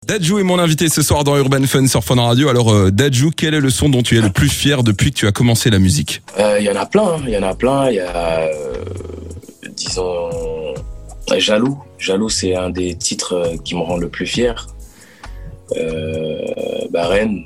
Dadju est mon invité ce soir dans Urban Fun sur Fun Radio. Alors Dadju, quel est le son dont tu es le plus fier depuis que tu as commencé la musique? Il y en a plein, il y a disons Jaloux. Jaloux, c'est un des titres qui me rend le plus fier. Reine.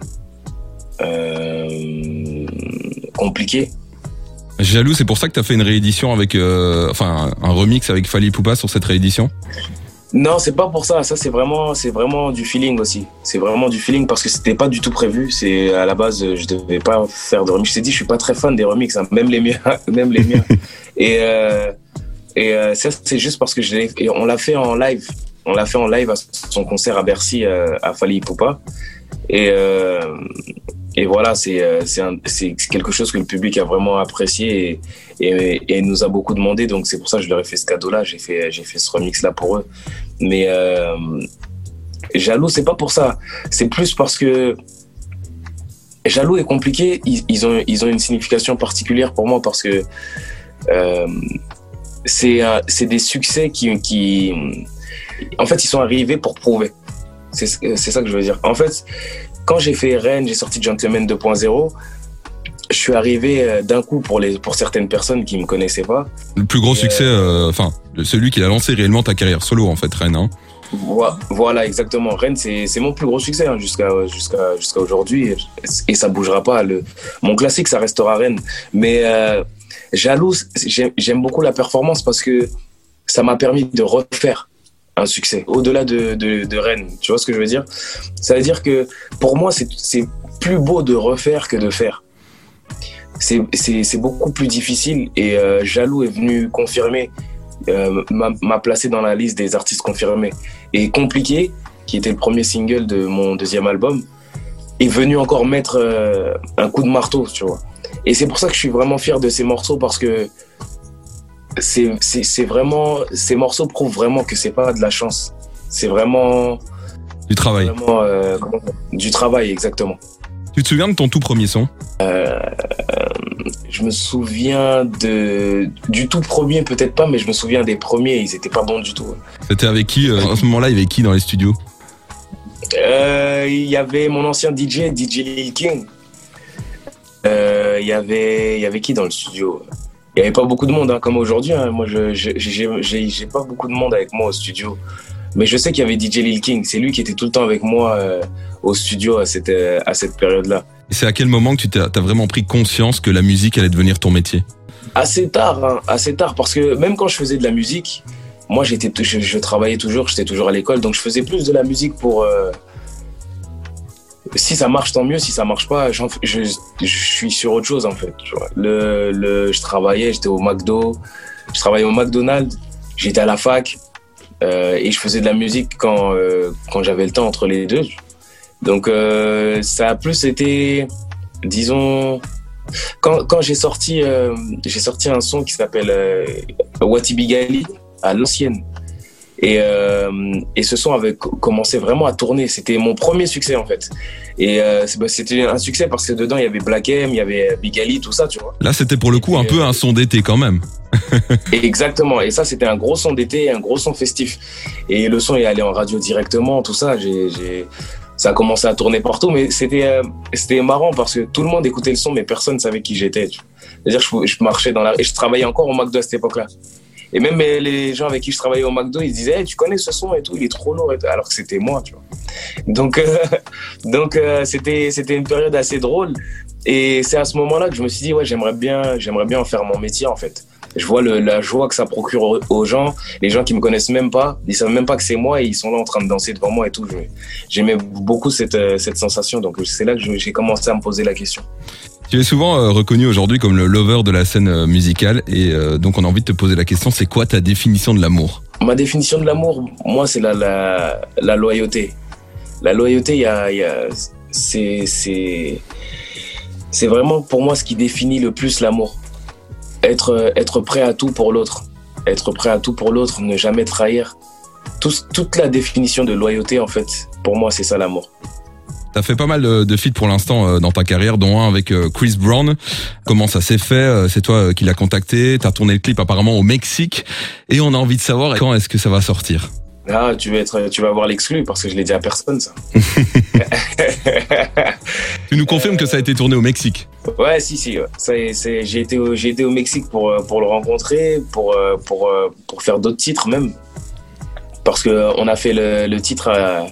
Compliqué. Jaloux, c'est pour ça que tu as fait une réédition avec un remix avec Fally Ipupa sur cette réédition? Non, c'est pas pour ça. Ça, c'est vraiment du feeling aussi. C'est vraiment du feeling parce que c'était pas du tout prévu. C'est à la base, je devais pas faire de remix. Je t'ai dit, je suis pas très fan des remix, hein, même les miens. Et ça, c'est juste parce que on l'a fait en live. On l'a fait en live à son concert à Bercy à Fally Ipupa. Et voilà, c'est quelque chose que le public a vraiment apprécié et nous a beaucoup demandé. Donc c'est pour ça que je leur ai fait ce cadeau-là. J'ai fait ce remix-là pour eux. Mais Jaloux, c'est pas pour ça. C'est plus parce que Jaloux est compliqué. Ils ont une signification particulière pour moi parce que c'est des succès qui en fait, ils sont arrivés pour prouver. C'est ça que je veux dire. En fait, quand j'ai fait Rennes, j'ai sorti Gentleman 2.0, je suis arrivé d'un coup pour certaines personnes qui me connaissaient pas. Le plus gros succès, celui qui a lancé réellement ta carrière solo, en fait, Rennes. Hein. Voilà, exactement. Rennes, c'est mon plus gros succès jusqu'à aujourd'hui et ça bougera pas. Mon classique, ça restera Rennes. Mais Jaloux, j'aime beaucoup la performance parce que ça m'a permis de refaire un succès au-delà de Rennes. Tu vois ce que je veux dire? Ça veut dire que pour moi, c'est plus beau de refaire que de faire. C'est beaucoup plus difficile et Jaloux est venu confirmer, m'a placé dans la liste des artistes confirmés. Et Compliqué, qui était le premier single de mon deuxième album, est venu encore mettre un coup de marteau, tu vois. Et c'est pour ça que je suis vraiment fier de ces morceaux parce que c'est vraiment, ces morceaux prouvent vraiment que c'est pas de la chance, c'est vraiment du travail. Du travail, exactement. Tu te souviens de ton tout premier son? Je me souviens du tout premier, peut-être pas, mais je me souviens des premiers, ils étaient pas bons du tout. C'était avec qui à ce moment-là? Il y avait qui dans les studios? Il y avait mon ancien DJ Lil King. Il y avait qui dans le studio? Il n'y avait pas beaucoup de monde, hein, comme aujourd'hui. Hein. Moi, j'ai pas beaucoup de monde avec moi au studio. Mais je sais qu'il y avait DJ Lil King. C'est lui qui était tout le temps avec moi au studio à cette période-là. Et c'est à quel moment que tu as vraiment pris conscience que la musique allait devenir ton métier? Assez tard, parce que même quand je faisais de la musique, moi, je travaillais toujours, j'étais toujours à l'école. Donc, je faisais plus de la musique pour... Si ça marche, tant mieux. Si ça marche pas, je suis sur autre chose, en fait. Tu vois. Je travaillais, j'étais au McDo. Je travaillais au McDonald's. J'étais à la fac. Et je faisais de la musique quand j'avais le temps entre les deux. Donc, ça a plus été, disons... Quand j'ai sorti un son qui s'appelle Watibigali à l'ancienne. Et ce son avait commencé vraiment à tourner. C'était mon premier succès, en fait. Et c'était un succès parce que dedans, il y avait Black M, il y avait Big Ali, tout ça, tu vois. Là, c'était pour le coup un peu un son d'été quand même. Exactement. Et ça, c'était un gros son d'été, un gros son festif. Et le son est allé en radio directement, tout ça. Ça a commencé à tourner partout. Mais c'était marrant parce que tout le monde écoutait le son, mais personne ne savait qui j'étais. C'est-à-dire que je marchais dans la... Et je travaillais encore au McDo à cette époque-là. Et même les gens avec qui je travaillais au McDo, ils disaient hey, tu connais ce son et tout, il est trop lourd et tout. Alors que c'était moi, tu vois. Donc c'était une période assez drôle. Et c'est à ce moment-là que je me suis dit ouais, j'aimerais bien en faire mon métier, en fait. Je vois la joie que ça procure aux gens, les gens qui me connaissent même pas, ils savent même pas que c'est moi et ils sont là en train de danser devant moi et tout. J'aimais beaucoup cette sensation, donc c'est là que j'ai commencé à me poser la question. Tu es souvent reconnu aujourd'hui comme le lover de la scène musicale et donc on a envie de te poser la question, c'est quoi ta définition de l'amour? Ma définition de l'amour, moi, c'est la loyauté. La loyauté, c'est vraiment pour moi ce qui définit le plus l'amour. Être prêt à tout pour l'autre. Être prêt à tout pour l'autre, ne jamais trahir. Toute la définition de loyauté, en fait, pour moi, c'est ça l'amour. T'as fait pas mal de feats pour l'instant dans ta carrière, dont un avec Chris Brown. Comment ça s'est fait? C'est toi qui l'as contacté. T'as tourné le clip apparemment au Mexique. Et on a envie de savoir quand est-ce que ça va sortir. Ah, tu vas avoir l'exclu parce que je l'ai dit à personne, ça. Tu nous confirmes que ça a été tourné au Mexique? Ouais, si. Ouais. J'ai été au Mexique pour le rencontrer, pour faire d'autres titres même. Parce qu'on a fait le titre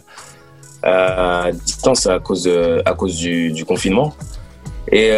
à distance à cause du confinement. Et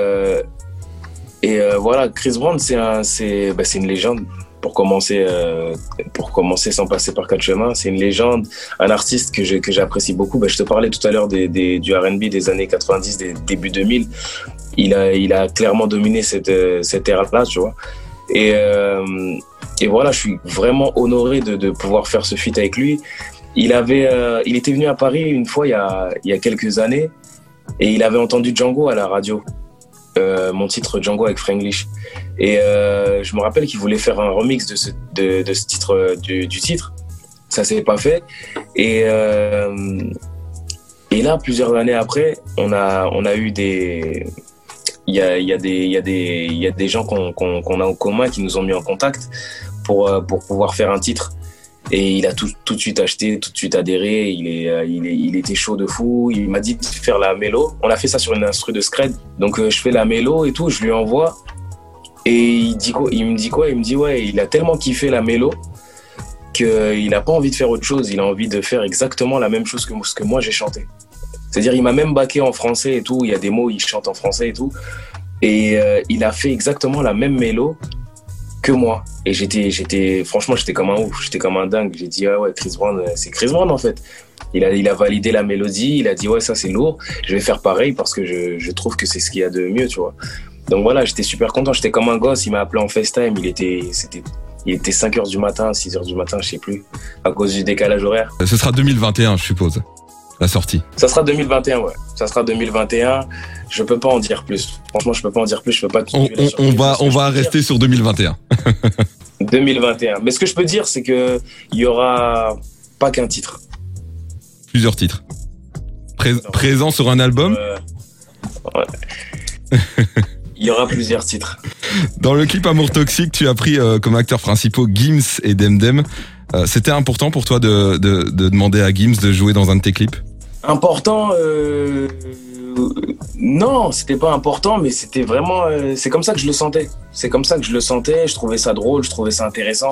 voilà, Chris Brown, c'est une légende. Pour commencer sans passer par quatre chemins, c'est une légende, un artiste que j'apprécie beaucoup. Je te parlais tout à l'heure du R&B des années 90, des débuts 2000. Il a clairement dominé cette ère-là, tu vois. Et voilà, je suis vraiment honoré de pouvoir faire ce feat avec lui. Il était venu à Paris une fois il y a quelques années et il avait entendu Django à la radio. Mon titre Django avec Franglish. Et je me rappelle qu'il voulait faire un remix de ce titre, du titre. Ça s'est pas fait. Et là, plusieurs années après, on a eu il y a des gens qu'on a en commun qui nous ont mis en contact pour pouvoir faire un titre. Et il a tout de suite acheté, tout de suite adhéré. Il était chaud de fou. Il m'a dit de faire la mélo. On a fait ça sur une instru de Scred. Donc je fais la mélo et tout, je lui envoie. Et il me dit quoi? Il me dit ouais, il a tellement kiffé la mélo qu'il n'a pas envie de faire autre chose. Il a envie de faire exactement la même chose que ce que moi j'ai chanté. C'est-à-dire il m'a même backé en français et tout. Il y a des mots, il chante en français et tout. Et il a fait exactement la même mélo que moi. Et franchement, j'étais comme un ouf, j'étais comme un dingue. J'ai dit, ah ouais, Chris Brown, c'est Chris Brown en fait. Il a validé la mélodie, il a dit, ouais, ça c'est lourd, je vais faire pareil parce que je trouve que c'est ce qu'il y a de mieux, tu vois. Donc voilà, j'étais super content, j'étais comme un gosse, il m'a appelé en FaceTime, il était 5h du matin, 6h du matin, je sais plus, à cause du décalage horaire. Ce sera 2021, je suppose, la sortie. Ça sera 2021, ouais. Ça sera 2021. Je peux pas en dire plus. Franchement, je peux pas en dire plus. Je peux pas. On va rester sur 2021. 2021. Mais ce que je peux dire, c'est que il y aura pas qu'un titre. Plusieurs titres. Présent sur un album. Ouais. Il y aura plusieurs titres. Dans le clip Amour Toxique, tu as pris comme acteurs principaux Gims et Demdem. C'était important pour toi de demander à Gims de jouer dans un de tes clips? Important, non, c'était pas important, mais c'était vraiment, c'est comme ça que je le sentais. C'est comme ça que je le sentais. Je trouvais ça drôle, je trouvais ça intéressant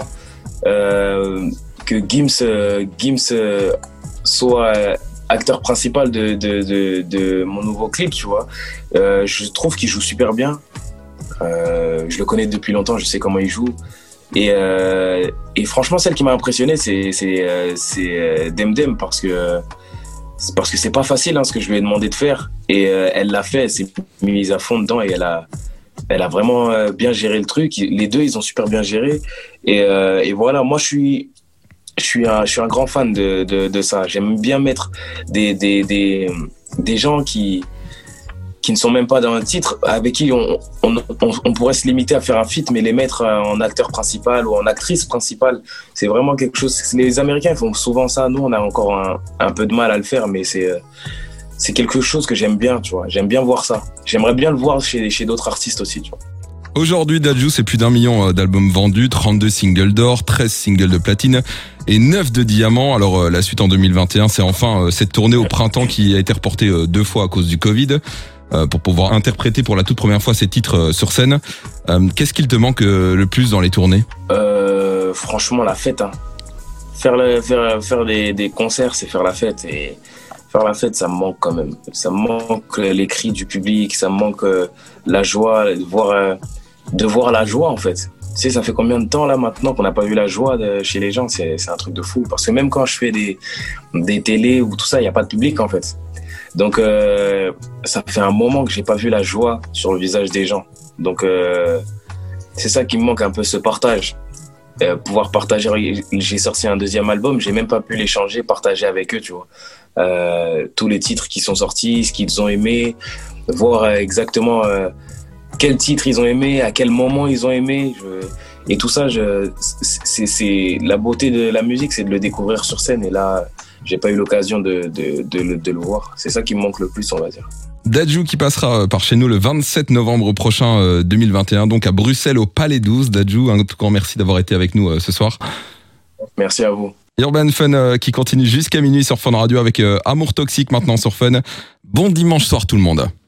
que Gims soit acteur principal de mon nouveau clip, tu vois. Je trouve qu'il joue super bien. Je le connais depuis longtemps, je sais comment il joue. Et franchement, celle qui m'a impressionné, c'est Demdem parce que c'est pas facile ce que je lui ai demandé de faire. Et elle l'a fait, elle s'est mise à fond dedans et elle a vraiment bien géré le truc. Les deux, ils ont super bien géré. Et voilà, moi je suis un grand fan de ça. J'aime bien mettre des gens qui ne sont même pas dans un titre, avec qui on pourrait se limiter à faire un feat, mais les mettre en acteur principal ou en actrice principale, c'est vraiment quelque chose. Les Américains font souvent ça. Nous, on a encore un peu de mal à le faire, mais c'est quelque chose que j'aime bien, tu vois. J'aime bien voir ça. J'aimerais bien le voir chez d'autres artistes aussi, tu vois. Aujourd'hui, Dadju, c'est plus d'1 million d'albums vendus, 32 singles d'or, 13 singles de platine et 9 de diamant. Alors, la suite en 2021, c'est enfin cette tournée au printemps qui a été reportée 2 fois à cause du Covid. Pour pouvoir interpréter pour la toute première fois ces titres sur scène. Qu'est-ce qu'il te manque le plus dans les tournées? Franchement, la fête. Faire des concerts, c'est faire la fête. Et faire la fête, ça me manque quand même. Ça me manque les cris du public, ça me manque la joie, de voir la joie en fait. Tu sais, ça fait combien de temps là maintenant qu'on n'a pas vu la joie chez les gens? C'est un truc de fou. Parce que même quand je fais des télés ou tout ça, il n'y a pas de public en fait. Donc, ça fait un moment que j'ai pas vu la joie sur le visage des gens. Donc, c'est ça qui me manque un peu, ce partage. Pouvoir partager. J'ai sorti un 2e album, j'ai même pas pu l'échanger, partager avec eux, tu vois. Tous les titres qui sont sortis, ce qu'ils ont aimé, voir exactement quel titre ils ont aimé, à quel moment ils ont aimé. Et tout ça, c'est la beauté de la musique, c'est de le découvrir sur scène. Et là, j'ai pas eu l'occasion de le voir. C'est ça qui me manque le plus, on va dire. Dadju qui passera par chez nous le 27 novembre prochain 2021, donc à Bruxelles au Palais 12. Dadju, un tout grand merci d'avoir été avec nous ce soir. Merci à vous. Urban Fun qui continue jusqu'à minuit sur Fun Radio avec Amour Toxique maintenant sur Fun. Bon dimanche soir tout le monde.